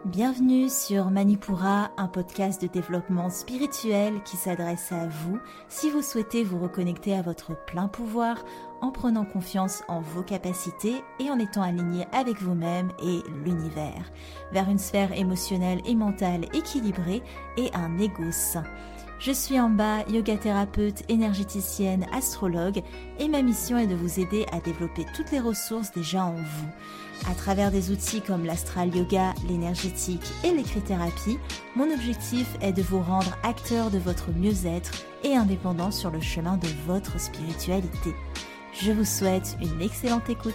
Bienvenue sur Manipura, un podcast de développement spirituel qui s'adresse à vous si vous souhaitez vous reconnecter à votre plein pouvoir en prenant confiance en vos capacités et en étant aligné avec vous-même et l'univers, vers une sphère émotionnelle et mentale équilibrée et un ego sain. Je suis Amba, yoga thérapeute, énergéticienne, astrologue et ma mission est de vous aider à développer toutes les ressources déjà en vous. À travers des outils comme l'astral yoga, l'énergétique et l'écrit-thérapie, mon objectif est de vous rendre acteur de votre mieux-être et indépendant sur le chemin de votre spiritualité. Je vous souhaite une excellente écoute.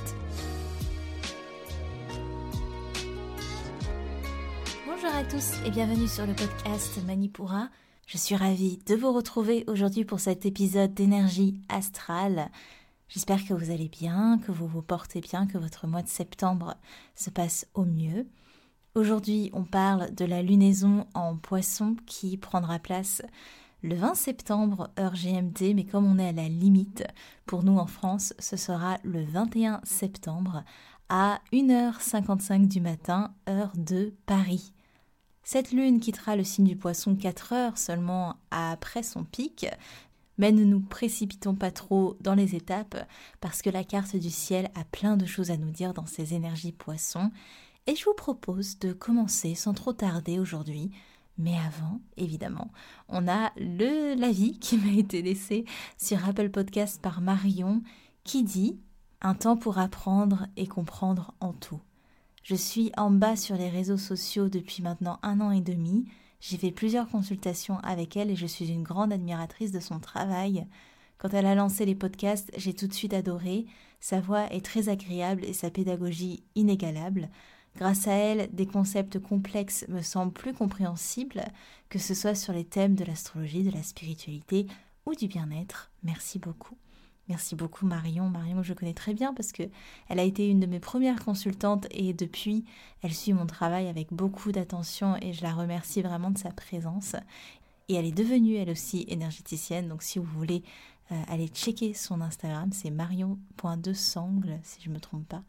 Bonjour à tous et bienvenue sur le podcast Manipura. Je suis ravie de vous retrouver aujourd'hui pour cet épisode d'énergie astrale. J'espère que vous allez bien, que vous vous portez bien, que votre mois de septembre se passe au mieux. Aujourd'hui, on parle de la lunaison en Poisson qui prendra place le 20 septembre, heure GMT, mais comme on est à la limite, pour nous en France, ce sera le 21 septembre à 1h55 du matin, heure de Paris. Cette lune quittera le signe du Poisson 4 heures seulement après son pic, mais ne nous précipitons pas trop dans les étapes parce que la carte du ciel a plein de choses à nous dire dans ces énergies Poissons et je vous propose de commencer sans trop tarder aujourd'hui. Mais avant, évidemment, on a l'avis qui m'a été laissé sur Apple Podcast par Marion qui dit « Un temps pour apprendre et comprendre en tout ». Je suis en bas sur les réseaux sociaux depuis maintenant 1 an et demi. J'ai fait plusieurs consultations avec elle et je suis une grande admiratrice de son travail. Quand elle a lancé les podcasts, j'ai tout de suite adoré. Sa voix est très agréable et sa pédagogie inégalable. Grâce à elle, des concepts complexes me semblent plus compréhensibles, que ce soit sur les thèmes de l'astrologie, de la spiritualité ou du bien-être. Merci beaucoup. Merci beaucoup Marion. Marion, je connais très bien parce qu'elle a été une de mes premières consultantes et depuis, elle suit mon travail avec beaucoup d'attention et je la remercie vraiment de sa présence. Et elle est devenue elle aussi énergéticienne, donc si vous voulez aller checker son Instagram, c'est marion.desangle si je ne me trompe pas.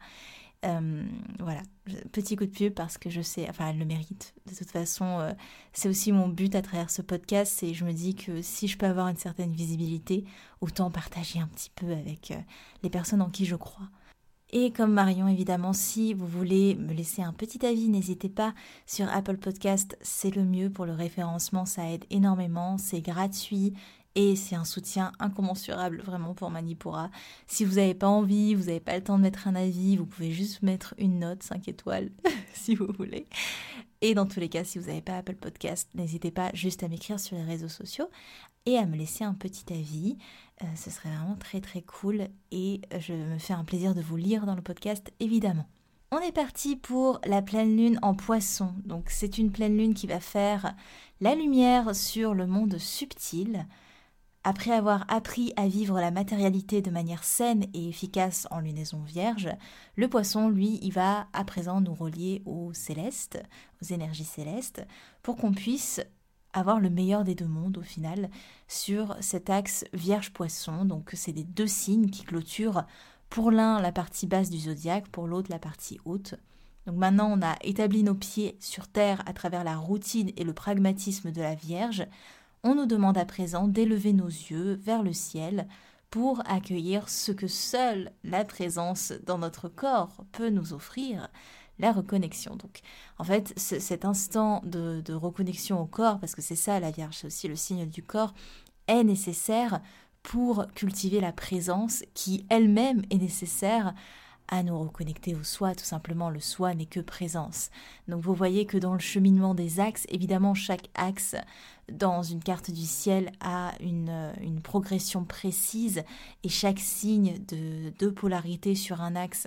Voilà, petit coup de pub parce que je sais, enfin elle le mérite. De toute façon, c'est aussi mon but à travers ce podcast et je me dis que si je peux avoir une certaine visibilité, autant partager un petit peu avec les personnes en qui je crois. Et comme Marion, évidemment, si vous voulez me laisser un petit avis, n'hésitez pas sur Apple Podcast, c'est le mieux pour le référencement, ça aide énormément, c'est gratuit. Et c'est un soutien incommensurable vraiment pour Manipura. Si vous n'avez pas envie, vous n'avez pas le temps de mettre un avis, vous pouvez juste mettre une note 5 étoiles si vous voulez. Et dans tous les cas, si vous n'avez pas Apple Podcast, n'hésitez pas juste à m'écrire sur les réseaux sociaux et à me laisser un petit avis. Ce serait vraiment très très cool et je me fais un plaisir de vous lire dans le podcast évidemment. On est parti pour la pleine lune en Poisson. Donc c'est une pleine lune qui va faire la lumière sur le monde subtil. Après avoir appris à vivre la matérialité de manière saine et efficace en lunaison vierge, le Poisson, lui, il va à présent nous relier au céleste, aux énergies célestes, pour qu'on puisse avoir le meilleur des deux mondes au final sur cet axe Vierge-Poisson. Donc c'est les deux signes qui clôturent pour l'un la partie basse du zodiaque, pour l'autre la partie haute. Donc maintenant on a établi nos pieds sur terre à travers la routine et le pragmatisme de la Vierge. On nous demande à présent d'élever nos yeux vers le ciel pour accueillir ce que seule la présence dans notre corps peut nous offrir, la reconnexion. Donc, en fait, cet instant de reconnexion au corps, parce que c'est ça la Vierge, c'est aussi le signe du corps, est nécessaire pour cultiver la présence qui elle-même est nécessaire à nous reconnecter au soi. Tout simplement, le soi n'est que présence. Donc vous voyez que dans le cheminement des axes, évidemment chaque axe dans une carte du ciel a une progression précise et chaque signe de polarité sur un axe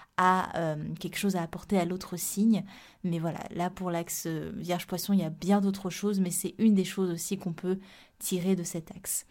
a quelque chose à apporter à l'autre signe. Mais voilà, là pour l'axe Vierge-Poisson, il y a bien d'autres choses, mais c'est une des choses aussi qu'on peut tirer de cet axe.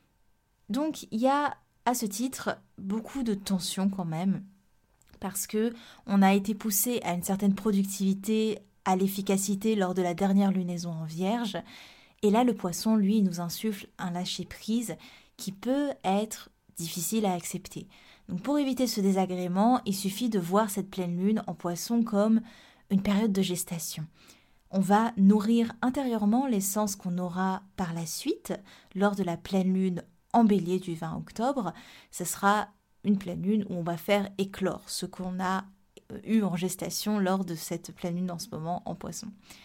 Donc il y a à ce titre beaucoup de tensions quand même, parce que on a été poussé à une certaine productivité, à l'efficacité lors de la dernière lunaison en Vierge. Et là, le Poisson, lui, il nous insuffle un lâcher-prise qui peut être difficile à accepter. Donc pour éviter ce désagrément, il suffit de voir cette pleine lune en Poisson comme une période de gestation. On va nourrir intérieurement l'essence qu'on aura par la suite lors de la pleine lune en Bélier du 20 octobre. Ce sera une pleine lune où on va faire éclore ce qu'on a eu en gestation lors de cette pleine lune en ce moment en Poisson.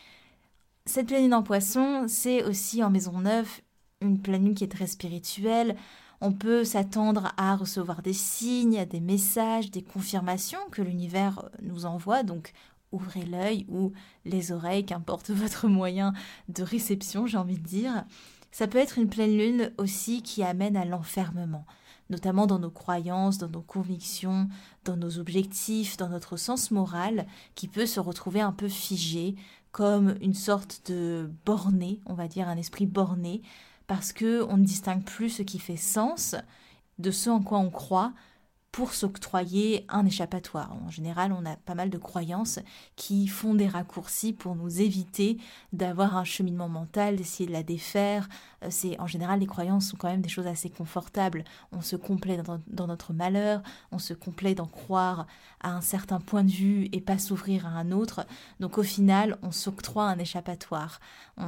Cette pleine lune en Poisson, c'est aussi en maison 9 une pleine lune qui est très spirituelle. On peut s'attendre à recevoir des signes, des messages, des confirmations que l'univers nous envoie. Donc, ouvrez l'œil ou les oreilles, qu'importe votre moyen de réception, j'ai envie de dire. Ça peut être une pleine lune aussi qui amène à l'enfermement, notamment dans nos croyances, dans nos convictions, dans nos objectifs, dans notre sens moral, qui peut se retrouver un peu figé, comme une sorte de borné, on va dire un esprit borné, parce qu'on ne distingue plus ce qui fait sens de ce en quoi on croit pour s'octroyer un échappatoire. En général, on a pas mal de croyances qui font des raccourcis pour nous éviter d'avoir un cheminement mental, d'essayer de la défaire. En général, les croyances sont quand même des choses assez confortables. On se complaît dans notre malheur, on se complaît d'en croire à un certain point de vue et pas s'ouvrir à un autre. Donc au final, on s'octroie un échappatoire.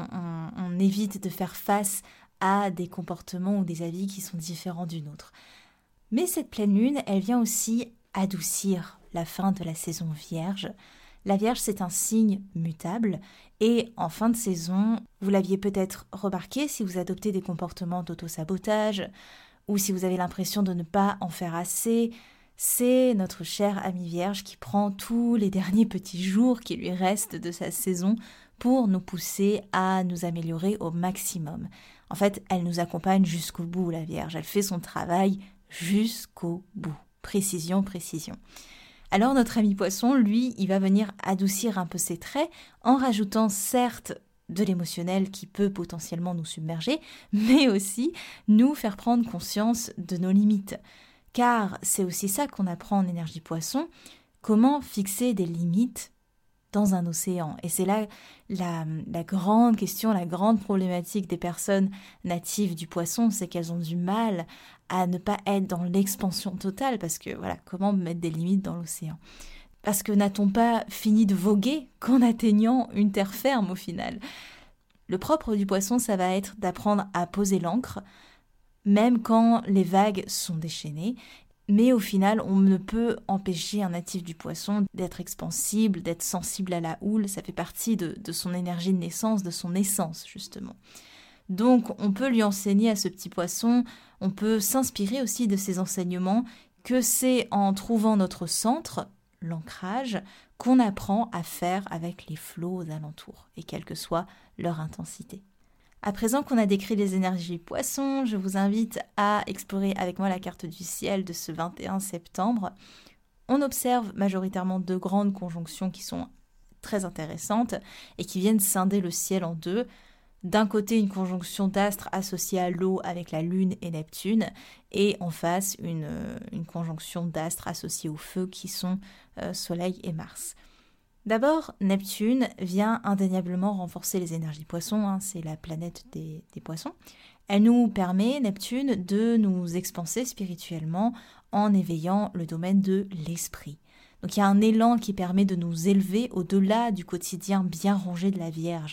On évite de faire face à des comportements ou des avis qui sont différents du nôtre. Mais cette pleine lune, elle vient aussi adoucir la fin de la saison Vierge. La Vierge, c'est un signe mutable et en fin de saison, vous l'aviez peut-être remarqué si vous adoptez des comportements d'auto-sabotage ou si vous avez l'impression de ne pas en faire assez, c'est notre chère amie Vierge qui prend tous les derniers petits jours qui lui restent de sa saison pour nous pousser à nous améliorer au maximum. En fait, elle nous accompagne jusqu'au bout, la Vierge. Elle fait son travail jusqu'au bout. Précision, précision. Alors notre ami Poisson, lui, il va venir adoucir un peu ses traits en rajoutant certes de l'émotionnel qui peut potentiellement nous submerger, mais aussi nous faire prendre conscience de nos limites. Car c'est aussi ça qu'on apprend en énergie Poisson, comment fixer des limites dans un océan. Et c'est là la grande question, la grande problématique des personnes natives du Poisson, c'est qu'elles ont du mal à ne pas être dans l'expansion totale, parce que voilà, comment mettre des limites dans l'océan? Parce que n'a-t-on pas fini de voguer qu'en atteignant une terre ferme au final? Le propre du Poisson, ça va être d'apprendre à poser l'ancre, même quand les vagues sont déchaînées. Mais au final, on ne peut empêcher un natif du Poisson d'être expansible, d'être sensible à la houle. Ça fait partie de son énergie de naissance, de son essence, justement. Donc, on peut lui enseigner à ce petit Poisson, on peut s'inspirer aussi de ses enseignements, que c'est en trouvant notre centre, l'ancrage, qu'on apprend à faire avec les flots aux alentours, et quelle que soit leur intensité. À présent qu'on a décrit les énergies Poissons, je vous invite à explorer avec moi la carte du ciel de ce 21 septembre. On observe majoritairement deux grandes conjonctions qui sont très intéressantes et qui viennent scinder le ciel en deux. D'un côté, une conjonction d'astres associée à l'eau avec la Lune et Neptune, et en face, une conjonction d'astres associés au feu qui sont Soleil et Mars. D'abord, Neptune vient indéniablement renforcer les énergies Poissons, c'est la planète des Poissons. Elle nous permet, Neptune, de nous expanser spirituellement en éveillant le domaine de l'esprit. Donc il y a un élan qui permet de nous élever au-delà du quotidien bien rangé de la Vierge.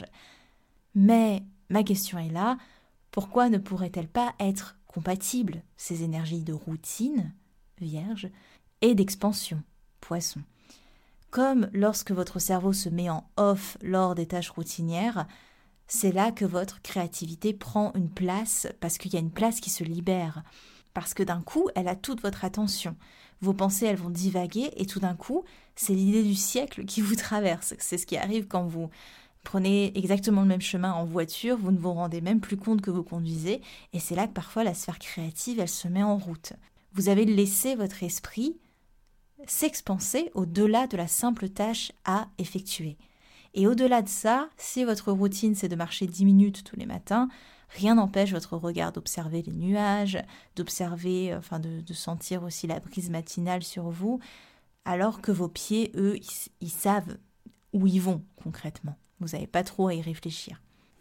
Mais ma question est là, pourquoi ne pourrait-elle pas être compatible, ces énergies de routine, Vierge, et d'expansion, Poisson? Comme lorsque votre cerveau se met en off lors des tâches routinières, c'est là que votre créativité prend une place, parce qu'il y a une place qui se libère. Parce que d'un coup, elle a toute votre attention. Vos pensées, elles vont divaguer, et tout d'un coup, c'est l'idée du siècle qui vous traverse. C'est ce qui arrive quand vous prenez exactement le même chemin en voiture, vous ne vous rendez même plus compte que vous conduisez, et c'est là que parfois la sphère créative, elle se met en route. Vous avez laissé votre esprit s'expanser au-delà de la simple tâche à effectuer. Et au-delà de ça, si votre routine c'est de marcher 10 minutes tous les matins, rien n'empêche votre regard d'observer les nuages, d'observer, de sentir aussi la brise matinale sur vous, alors que vos pieds, eux, ils savent où ils vont concrètement. Vous n'avez pas trop à y réfléchir.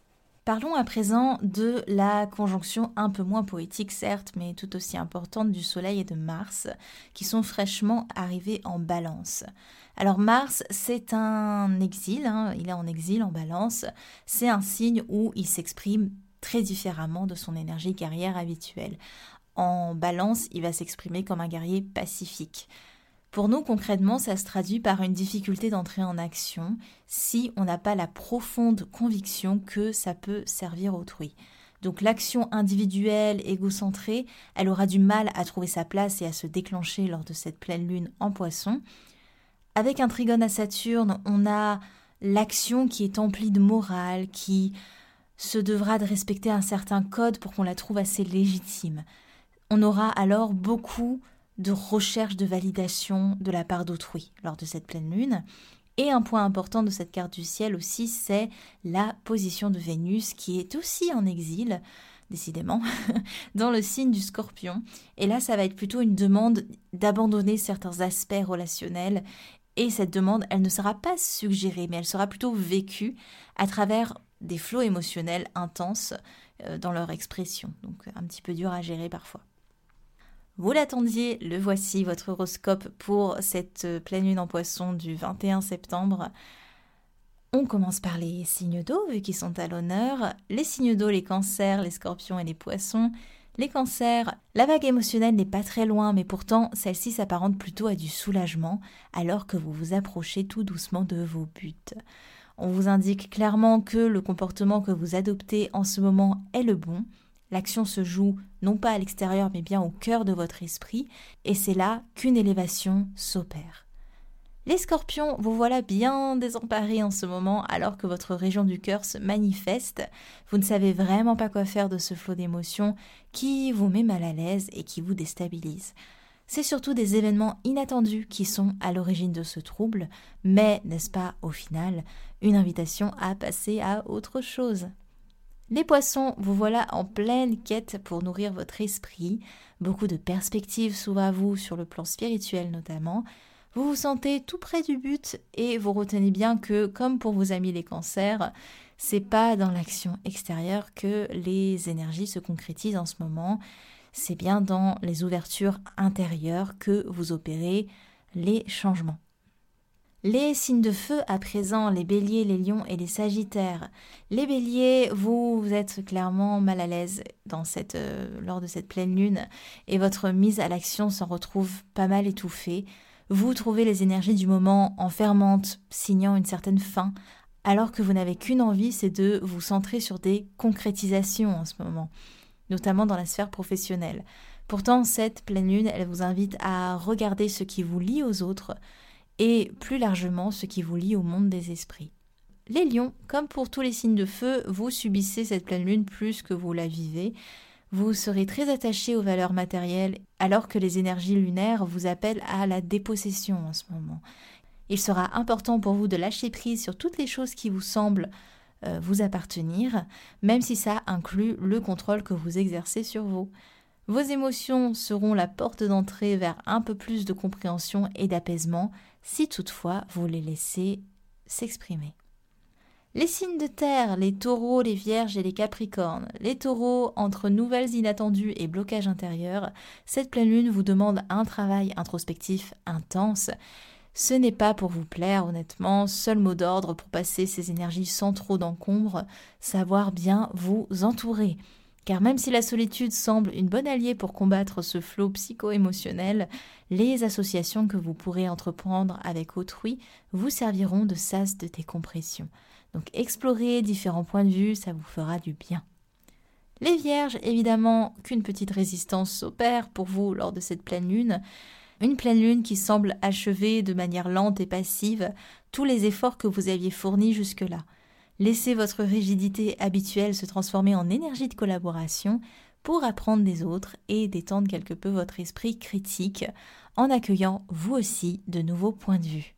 Parlons à présent de la conjonction un peu moins poétique certes, mais tout aussi importante du Soleil et de Mars, qui sont fraîchement arrivés en Balance. Alors Mars, c'est un exil, il est en exil en Balance, c'est un signe où il s'exprime très différemment de son énergie guerrière habituelle. En Balance, il va s'exprimer comme un guerrier pacifique. Pour nous, concrètement, ça se traduit par une difficulté d'entrer en action si on n'a pas la profonde conviction que ça peut servir autrui. Donc l'action individuelle, égocentrée, elle aura du mal à trouver sa place et à se déclencher lors de cette pleine lune en Poisson. Avec un trigone à Saturne, on a l'action qui est emplie de morale, qui se devra de respecter un certain code pour qu'on la trouve assez légitime. On aura alors beaucoup de recherche de validation de la part d'autrui lors de cette pleine lune. Et un point important de cette carte du ciel aussi, c'est la position de Vénus qui est aussi en exil, décidément, dans le signe du Scorpion. Et là, ça va être plutôt une demande d'abandonner certains aspects relationnels. Et cette demande, elle ne sera pas suggérée, mais elle sera plutôt vécue à travers des flots émotionnels intenses dans leur expression. Donc un petit peu dur à gérer parfois. Vous l'attendiez, le voici, votre horoscope pour cette pleine lune en Poisson du 21 septembre. On commence par les signes d'eau, vu qu'ils sont à l'honneur. Les signes d'eau, les cancers, les scorpions et les poissons. Les cancers, la vague émotionnelle n'est pas très loin, mais pourtant celle-ci s'apparente plutôt à du soulagement, alors que vous vous approchez tout doucement de vos buts. On vous indique clairement que le comportement que vous adoptez en ce moment est le bon. L'action se joue non pas à l'extérieur mais bien au cœur de votre esprit et c'est là qu'une élévation s'opère. Les scorpions, vous voilà bien désemparés en ce moment alors que votre région du cœur se manifeste. Vous ne savez vraiment pas quoi faire de ce flot d'émotions qui vous met mal à l'aise et qui vous déstabilise. C'est surtout des événements inattendus qui sont à l'origine de ce trouble, mais n'est-ce pas au final une invitation à passer à autre chose ? Les poissons, vous voilà en pleine quête pour nourrir votre esprit. Beaucoup de perspectives s'ouvrent à vous sur le plan spirituel notamment. Vous vous sentez tout près du but et vous retenez bien que, comme pour vos amis les cancers, c'est pas dans l'action extérieure que les énergies se concrétisent en ce moment. C'est bien dans les ouvertures intérieures que vous opérez les changements. Les signes de feu à présent, les béliers, les lions et les sagittaires. Les béliers, vous êtes clairement mal à l'aise lors de cette pleine lune et votre mise à l'action s'en retrouve pas mal étouffée. Vous trouvez les énergies du moment enfermantes, signant une certaine fin, alors que vous n'avez qu'une envie, c'est de vous centrer sur des concrétisations en ce moment, notamment dans la sphère professionnelle. Pourtant, cette pleine lune, elle vous invite à regarder ce qui vous lie aux autres, et plus largement ce qui vous lie au monde des esprits. Les lions, comme pour tous les signes de feu, vous subissez cette pleine lune plus que vous la vivez. Vous serez très attaché aux valeurs matérielles alors que les énergies lunaires vous appellent à la dépossession en ce moment. Il sera important pour vous de lâcher prise sur toutes les choses qui vous semblent vous appartenir, même si ça inclut le contrôle que vous exercez sur vous. Vos émotions seront la porte d'entrée vers un peu plus de compréhension et d'apaisement, si toutefois vous les laissez s'exprimer. Les signes de terre, les taureaux, les vierges et les capricornes. Les taureaux, entre nouvelles inattendues et blocages intérieurs, cette pleine lune vous demande un travail introspectif intense. Ce n'est pas pour vous plaire, honnêtement, seul mot d'ordre pour passer ces énergies sans trop d'encombre, savoir bien vous entourer. Car même si la solitude semble une bonne alliée pour combattre ce flot psycho-émotionnel, les associations que vous pourrez entreprendre avec autrui vous serviront de sas de décompression. Donc explorer différents points de vue, ça vous fera du bien. Les vierges, évidemment qu'une petite résistance s'opère pour vous lors de cette pleine lune. Une pleine lune qui semble achever de manière lente et passive tous les efforts que vous aviez fournis jusque-là. Laissez votre rigidité habituelle se transformer en énergie de collaboration pour apprendre des autres et détendre quelque peu votre esprit critique en accueillant vous aussi de nouveaux points de vue.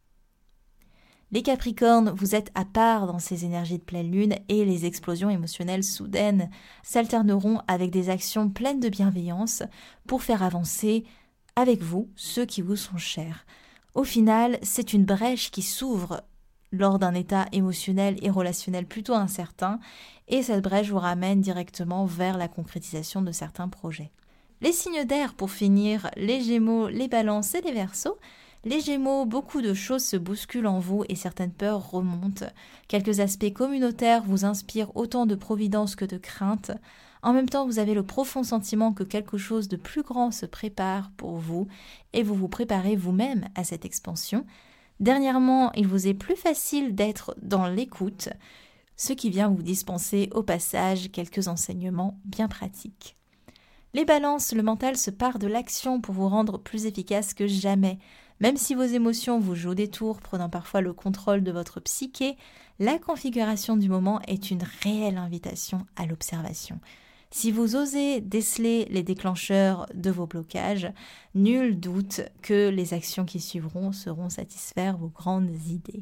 Les Capricornes, vous êtes à part dans ces énergies de pleine lune et les explosions émotionnelles soudaines s'alterneront avec des actions pleines de bienveillance pour faire avancer avec vous ceux qui vous sont chers. Au final, c'est une brèche qui s'ouvre lors d'un état émotionnel et relationnel plutôt incertain, et cette brèche vous ramène directement vers la concrétisation de certains projets. Les signes d'air pour finir, les Gémeaux, les Balances et les Verseaux. Les Gémeaux, beaucoup de choses se bousculent en vous et certaines peurs remontent. Quelques aspects communautaires vous inspirent autant de providence que de crainte. En même temps, vous avez le profond sentiment que quelque chose de plus grand se prépare pour vous et vous vous préparez vous-même à cette expansion. Dernièrement, il vous est plus facile d'être dans l'écoute, ce qui vient vous dispenser au passage quelques enseignements bien pratiques. Les Balances, le mental se part de l'action pour vous rendre plus efficace que jamais. Même si vos émotions vous jouent des tours, prenant parfois le contrôle de votre psyché, la configuration du moment est une réelle invitation à l'observation. Si vous osez déceler les déclencheurs de vos blocages, nul doute que les actions qui suivront sauront satisfaire vos grandes idées.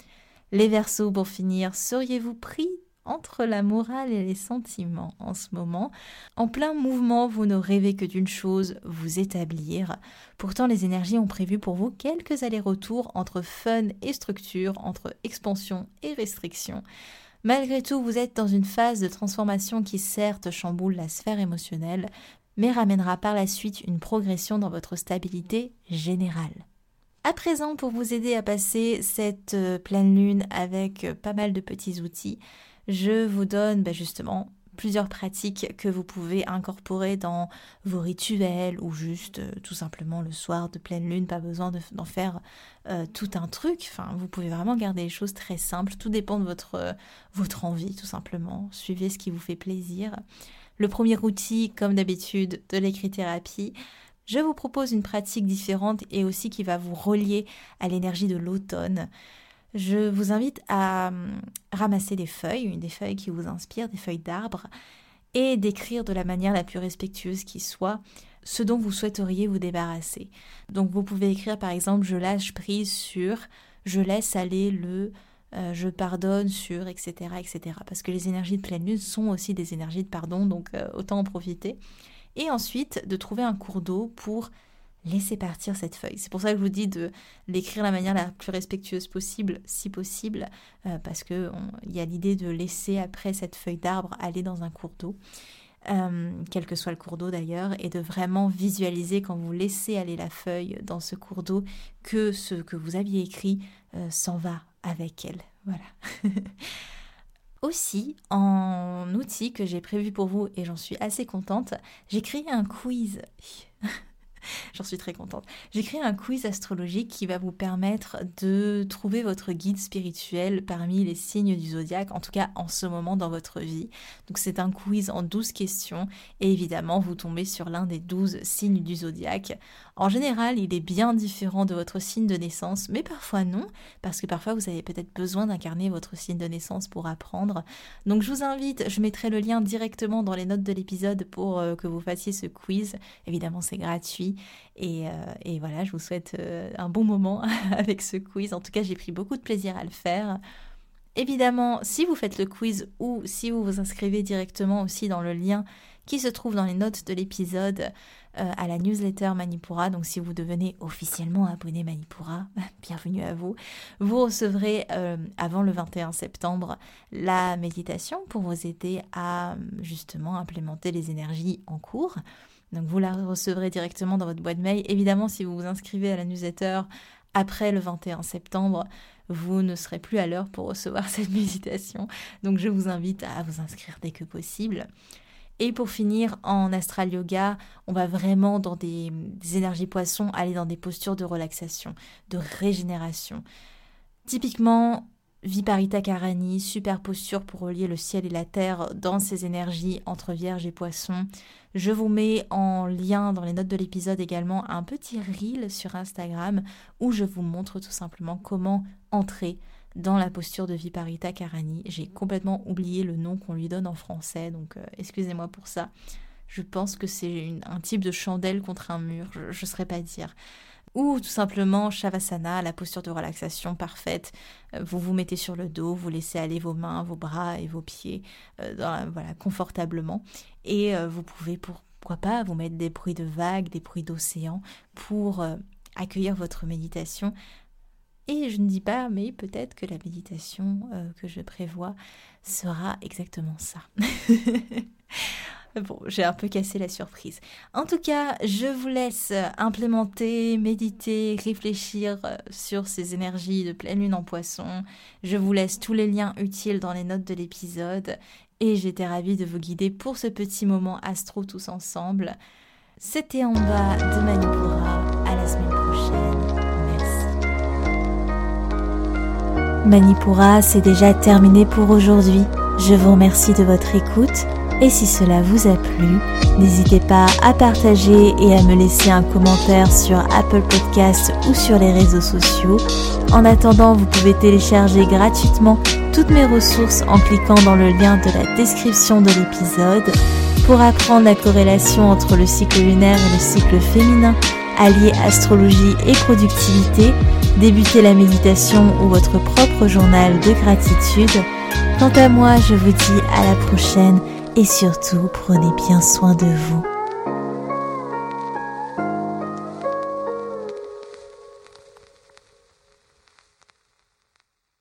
Les Verseaux, pour finir, seriez-vous pris entre la morale et les sentiments en ce moment? En plein mouvement, vous ne rêvez que d'une chose, vous établir. Pourtant, les énergies ont prévu pour vous quelques allers-retours entre fun et structure, entre expansion et restriction. Malgré tout, vous êtes dans une phase de transformation qui certes chamboule la sphère émotionnelle, mais ramènera par la suite une progression dans votre stabilité générale. À présent, pour vous aider à passer cette pleine lune avec pas mal de petits outils, je vous donne justement plusieurs pratiques que vous pouvez incorporer dans vos rituels ou juste tout simplement le soir de pleine lune, pas besoin d'en faire tout un truc. Enfin, vous pouvez vraiment garder les choses très simples, tout dépend de votre envie tout simplement. Suivez ce qui vous fait plaisir. Le premier outil, comme d'habitude, de l'écrit-thérapie. Je vous propose une pratique différente et aussi qui va vous relier à l'énergie de l'automne. Je vous invite à ramasser des feuilles qui vous inspirent, des feuilles d'arbre, et d'écrire de la manière la plus respectueuse qui soit ce dont vous souhaiteriez vous débarrasser. Donc vous pouvez écrire par exemple « je lâche prise sur »,« je laisse aller le »,« je pardonne sur », etc., etc. Parce que les énergies de pleine lune sont aussi des énergies de pardon, donc autant en profiter. Et ensuite, de trouver un cours d'eau pour laisser partir cette feuille. C'est pour ça que je vous dis de l'écrire de la manière la plus respectueuse possible, si possible, parce qu'il y a l'idée de laisser après cette feuille d'arbre aller dans un cours d'eau, quel que soit le cours d'eau d'ailleurs, et de vraiment visualiser quand vous laissez aller la feuille dans ce cours d'eau que ce que vous aviez écrit s'en va avec elle. Voilà. Aussi, en outil que j'ai prévu pour vous, et j'en suis assez contente, j'ai créé un quiz. J'en suis très contente. J'ai créé un quiz astrologique qui va vous permettre de trouver votre guide spirituel parmi les signes du zodiaque, en tout cas en ce moment dans votre vie. Donc c'est un quiz en 12 questions et évidemment vous tombez sur l'un des 12 signes du zodiaque. En général, il est bien différent de votre signe de naissance, mais parfois non, parce que parfois vous avez peut-être besoin d'incarner votre signe de naissance pour apprendre. Donc je vous invite, je mettrai le lien directement dans les notes de l'épisode pour que vous fassiez ce quiz. Évidemment, c'est gratuit et voilà, je vous souhaite un bon moment avec ce quiz. En tout cas, j'ai pris beaucoup de plaisir à le faire. Évidemment, si vous faites le quiz ou si vous vous inscrivez directement aussi dans le lien qui se trouve dans les notes de l'épisode à la newsletter Manipura, donc si vous devenez officiellement abonné Manipura, bienvenue à vous, vous recevrez avant le 21 septembre la méditation pour vous aider à justement implémenter les énergies en cours. Donc vous la recevrez directement dans votre boîte mail. Évidemment, si vous vous inscrivez à la newsletter après le 21 septembre, vous ne serez plus à l'heure pour recevoir cette méditation. Donc je vous invite à vous inscrire dès que possible. Et pour finir, en astral yoga, on va vraiment dans des énergies poissons, aller dans des postures de relaxation, de régénération. Typiquement, Viparita Karani, super posture pour relier le ciel et la terre dans ces énergies entre Vierge et Poisson. Je vous mets en lien dans les notes de l'épisode également un petit reel sur Instagram où je vous montre tout simplement comment entrer dans la posture de Viparita Karani. J'ai complètement oublié le nom qu'on lui donne en français, donc excusez-moi pour ça. Je pense que c'est un type de chandelle contre un mur, je ne saurais pas dire. Ou tout simplement Shavasana, la posture de relaxation parfaite. Vous vous mettez sur le dos, vous laissez aller vos mains, vos bras et vos pieds confortablement. Et vous pouvez, pourquoi pas, vous mettre des bruits de vagues, des bruits d'océan pour accueillir votre méditation Et je ne dis pas, mais peut-être que la méditation que je prévois sera exactement ça. Bon, j'ai un peu cassé la surprise. En tout cas, je vous laisse implémenter, méditer, réfléchir sur ces énergies de pleine lune en Poisson. Je vous laisse tous les liens utiles dans les notes de l'épisode. Et j'étais ravie de vous guider pour ce petit moment astro tous ensemble. C'était en bas de Manipura. À la semaine prochaine. Merci. Manipura, c'est déjà terminé pour aujourd'hui. Je vous remercie de votre écoute. Et si cela vous a plu, n'hésitez pas à partager et à me laisser un commentaire sur Apple Podcasts ou sur les réseaux sociaux. En attendant, vous pouvez télécharger gratuitement toutes mes ressources en cliquant dans le lien de la description de l'épisode pour apprendre la corrélation entre le cycle lunaire et le cycle féminin, allier astrologie et productivité, débuter la méditation ou votre propre journal de gratitude. Quant à moi, je vous dis à la prochaine. Et surtout, prenez bien soin de vous.